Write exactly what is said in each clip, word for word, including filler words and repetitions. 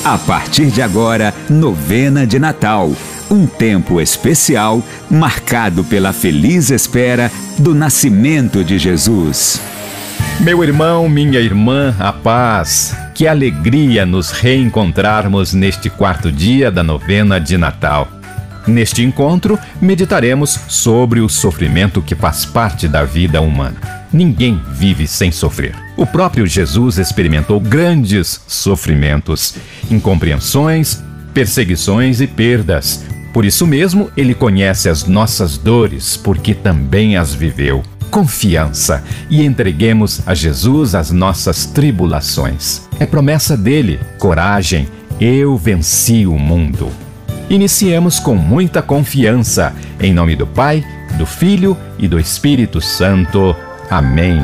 A partir de agora, novena de Natal. Um tempo especial marcado pela feliz espera do nascimento de Jesus. Meu irmão, minha irmã, a paz. Que alegria nos reencontrarmos neste quarto dia da novena de Natal. Neste encontro, meditaremos sobre o sofrimento que faz parte da vida humana. Ninguém vive sem sofrer. O próprio Jesus experimentou grandes sofrimentos, incompreensões, perseguições e perdas. Por isso mesmo, ele conhece as nossas dores, porque também as viveu. Confiança e entreguemos a Jesus as nossas tribulações. É promessa dele, coragem, eu venci o mundo. Iniciemos com muita confiança, em nome do Pai, do Filho e do Espírito Santo. Amém.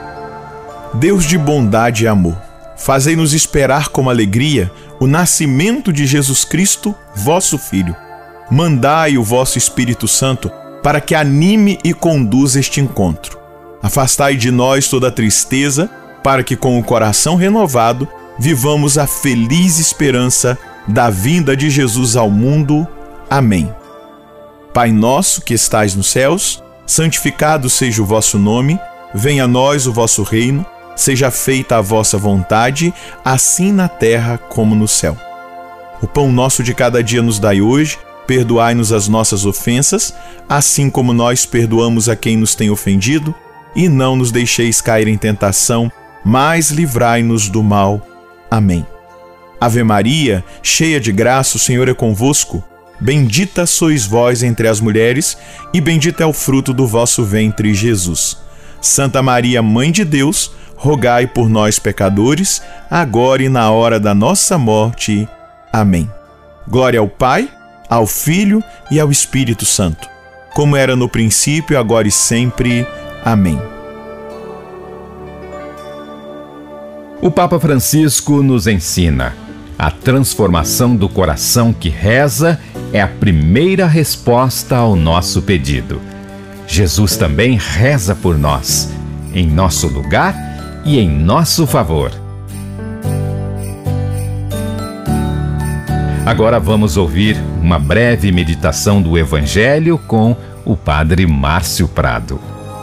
Deus de bondade e amor, fazei-nos esperar com alegria o nascimento de Jesus Cristo, vosso Filho. Mandai o vosso Espírito Santo para que anime e conduza este encontro. Afastai de nós toda a tristeza, para que com o coração renovado vivamos a feliz esperança da vinda de Jesus ao mundo. Amém. Pai nosso que estais nos céus, santificado seja o vosso nome, venha a nós o vosso reino, seja feita a vossa vontade, assim na terra como no céu. O pão nosso de cada dia nos dai hoje, perdoai-nos as nossas ofensas, assim como nós perdoamos a quem nos tem ofendido, e não nos deixeis cair em tentação, mas livrai-nos do mal. Amém. Ave Maria, cheia de graça, o Senhor é convosco. Bendita sois vós entre as mulheres, e bendito é o fruto do vosso ventre, Jesus. Santa Maria, Mãe de Deus, rogai por nós, pecadores, agora e na hora da nossa morte. Amém. Glória ao Pai, ao Filho e ao Espírito Santo, como era no princípio, agora e sempre. Amém. O Papa Francisco nos ensina: a transformação do coração que reza é a primeira resposta ao nosso pedido. Jesus também reza por nós, em nosso lugar e em nosso favor. Agora vamos ouvir uma breve meditação do Evangelho com o Padre Márcio Prado.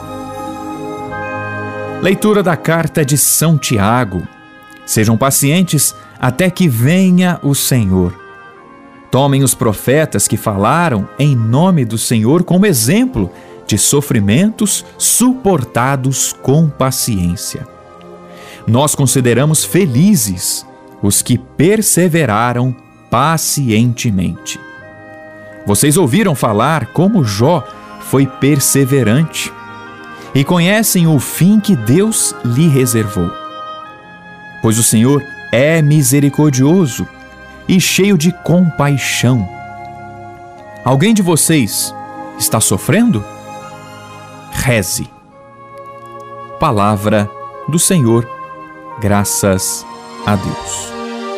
Leitura da carta de São Tiago. Sejam pacientes até que venha o Senhor. Tomem os profetas que falaram em nome do Senhor como exemplo de sofrimentos suportados com paciência. Nós consideramos felizes os que perseveraram pacientemente. Vocês ouviram falar como Jó foi perseverante e conhecem o fim que Deus lhe reservou. Pois o Senhor é misericordioso e cheio de compaixão. Alguém de vocês está sofrendo? Reze. Palavra do Senhor, graças a Deus.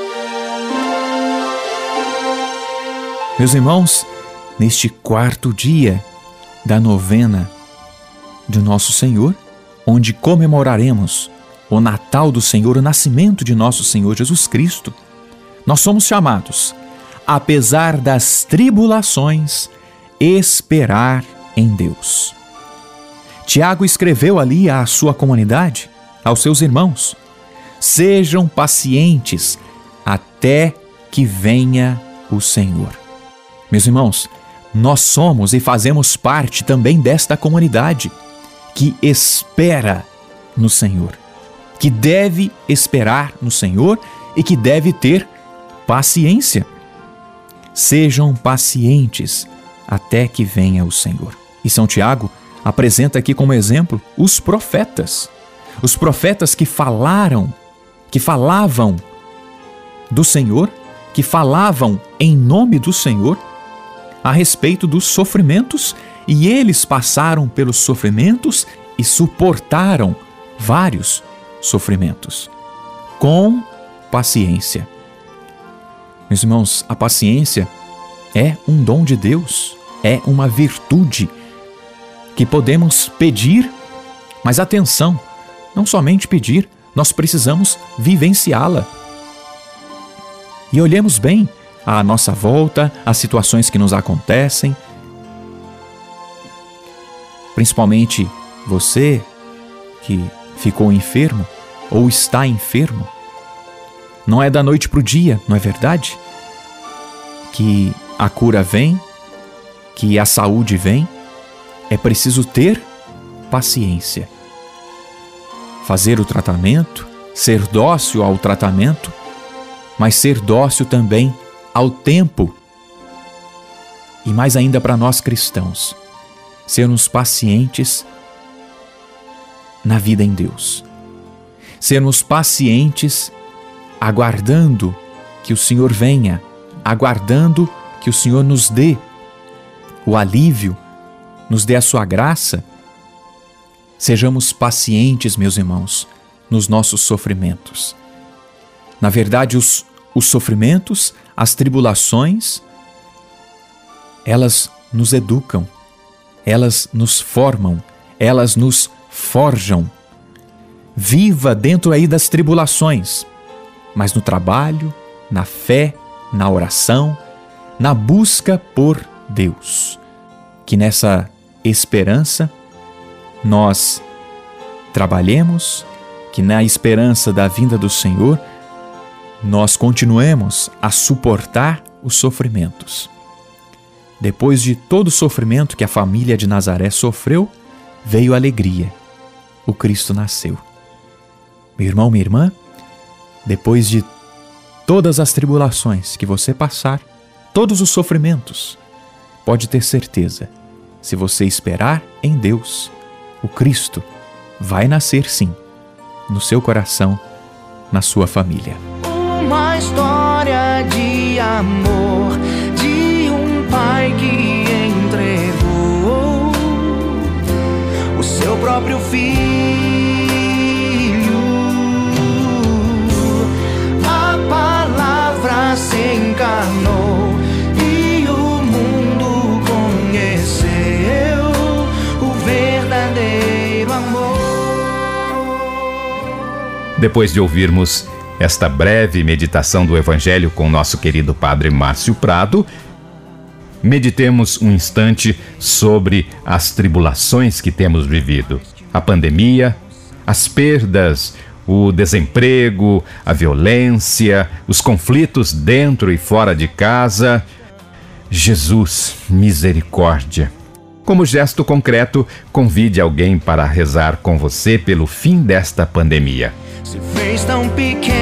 Meus irmãos, neste quarto dia da novena de Nosso Senhor, onde comemoraremos o Natal do Senhor, o nascimento de Nosso Senhor Jesus Cristo, nós somos chamados, apesar das tribulações, esperar em Deus. Tiago escreveu ali à sua comunidade, aos seus irmãos: sejam pacientes até que venha o Senhor. Meus irmãos, nós somos e fazemos parte também desta comunidade que espera no Senhor, que deve esperar no Senhor e que deve ter paciência. Sejam pacientes até que venha o Senhor. E São Tiago apresenta aqui como exemplo os profetas. Os profetas que falaram, que falavam do Senhor, que falavam em nome do Senhor a respeito dos sofrimentos, e eles passaram pelos sofrimentos e suportaram vários sofrimentos com paciência. Meus irmãos, a paciência é um dom de Deus, é uma virtude que podemos pedir, mas atenção, não somente pedir, nós precisamos vivenciá-la. e olhemos bem à nossa volta, as situações que nos acontecem. Principalmente você que ficou enfermo ou está enfermo. Não é da noite para o dia, não é verdade? Que a cura vem, que a saúde vem. É preciso ter paciência. Fazer o tratamento, ser dócil ao tratamento, mas ser dócil também ao tempo. E mais ainda para nós cristãos, sermos pacientes na vida em Deus. Sermos pacientes aguardando que o Senhor venha, aguardando que o Senhor nos dê o alívio, nos dê a sua graça. Sejamos pacientes, meus irmãos, nos nossos sofrimentos. Na verdade, os, os sofrimentos, as tribulações, elas nos educam, elas nos formam, elas nos forjam. Viva dentro aí das tribulações, mas no trabalho, na fé, na oração, na busca por Deus. Que nessa esperança nós trabalhemos, que na esperança da vinda do Senhor nós continuemos a suportar os sofrimentos. Depois de todo o sofrimento que a família de Nazaré sofreu, veio a alegria. O Cristo nasceu. Meu irmão, minha irmã, depois de todas as tribulações que você passar, todos os sofrimentos, pode ter certeza, se você esperar em Deus, o Cristo vai nascer sim, no seu coração, na sua família. Uma história de amor, de um pai que entregou o seu próprio filho. A palavra se encarnou e o mundo conheceu o verdadeiro amor. Depois de ouvirmos esta breve meditação do Evangelho com o nosso querido Padre Márcio Prado, meditemos um instante sobre as tribulações que temos vivido. A pandemia, as perdas, o desemprego, a violência, os conflitos dentro e fora de casa. Jesus, misericórdia. Como gesto concreto, convide alguém para rezar com você pelo fim desta pandemia. Se fez tão pequeno,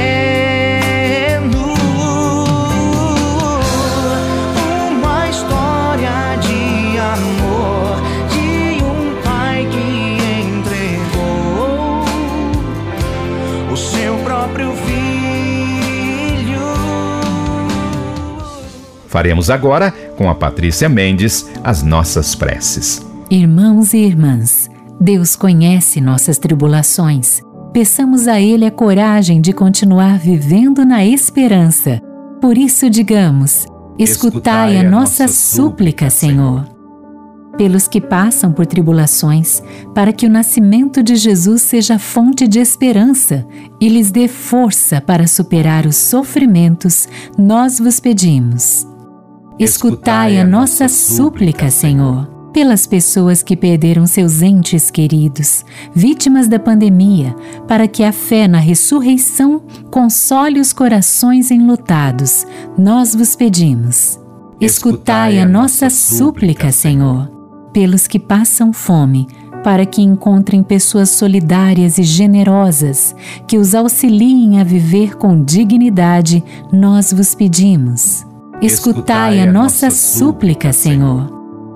uma história de amor, de um pai que entregou o seu próprio filho. Faremos agora, com a Patrícia Mendes, as nossas preces. Irmãos e irmãs, Deus conhece nossas tribulações. Peçamos a Ele a coragem de continuar vivendo na esperança. Por isso digamos, escutai a nossa súplica, Senhor. Pelos que passam por tribulações, para que o nascimento de Jesus seja fonte de esperança e lhes dê força para superar os sofrimentos, nós vos pedimos. Escutai a nossa súplica, Senhor. Pelas pessoas que perderam seus entes queridos, vítimas da pandemia, para que a fé na ressurreição console os corações enlutados, nós vos pedimos. Escutai a nossa súplica, Senhor. Pelos que passam fome, para que encontrem pessoas solidárias e generosas, que os auxiliem a viver com dignidade, nós vos pedimos. Escutai a nossa súplica, Senhor.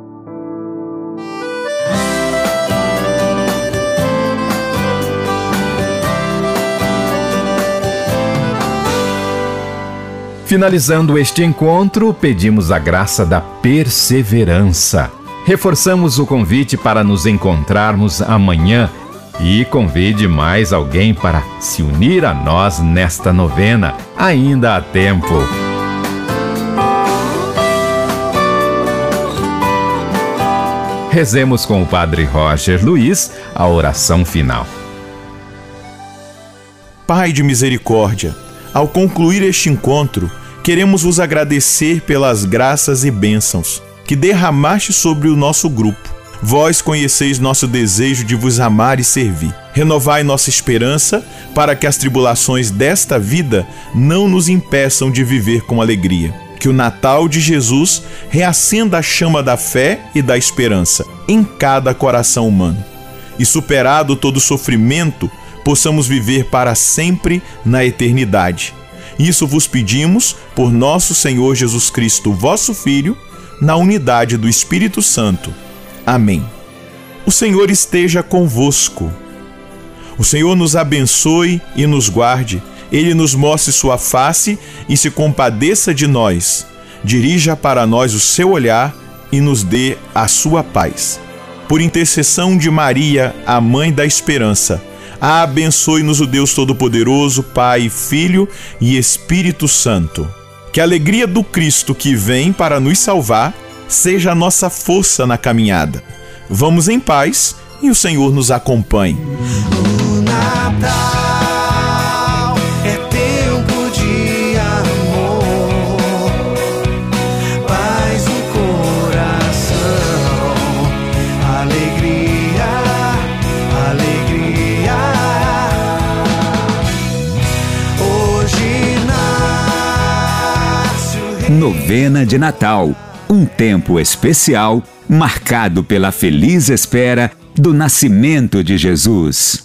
Finalizando este encontro, pedimos a graça da perseverança. Reforçamos o convite para nos encontrarmos amanhã e convide mais alguém para se unir a nós nesta novena. Ainda há tempo. Rezemos com o Padre Roger Luiz a oração final. Pai de misericórdia, ao concluir este encontro, queremos vos agradecer pelas graças e bênçãos que derramaste sobre o nosso grupo. Vós conheceis nosso desejo de vos amar e servir. Renovai nossa esperança para que as tribulações desta vida não nos impeçam de viver com alegria. Que o Natal de Jesus reacenda a chama da fé e da esperança em cada coração humano. E superado todo sofrimento, possamos viver para sempre na eternidade. Isso vos pedimos por nosso Senhor Jesus Cristo, vosso Filho, na unidade do Espírito Santo. Amém. O Senhor esteja convosco. O Senhor nos abençoe e nos guarde. Ele nos mostre sua face e se compadeça de nós. Dirija para nós o seu olhar e nos dê a sua paz. Por intercessão de Maria, a Mãe da Esperança, abençoe-nos o Deus Todo-Poderoso, Pai, Filho e Espírito Santo. Que a alegria do Cristo que vem para nos salvar seja a nossa força na caminhada. Vamos em paz e o Senhor nos acompanhe. O Natal é tempo de amor, paz no coração, alegria, alegria. Hoje nasce o Rei. Novena de Natal. Um tempo especial marcado pela feliz espera do nascimento de Jesus.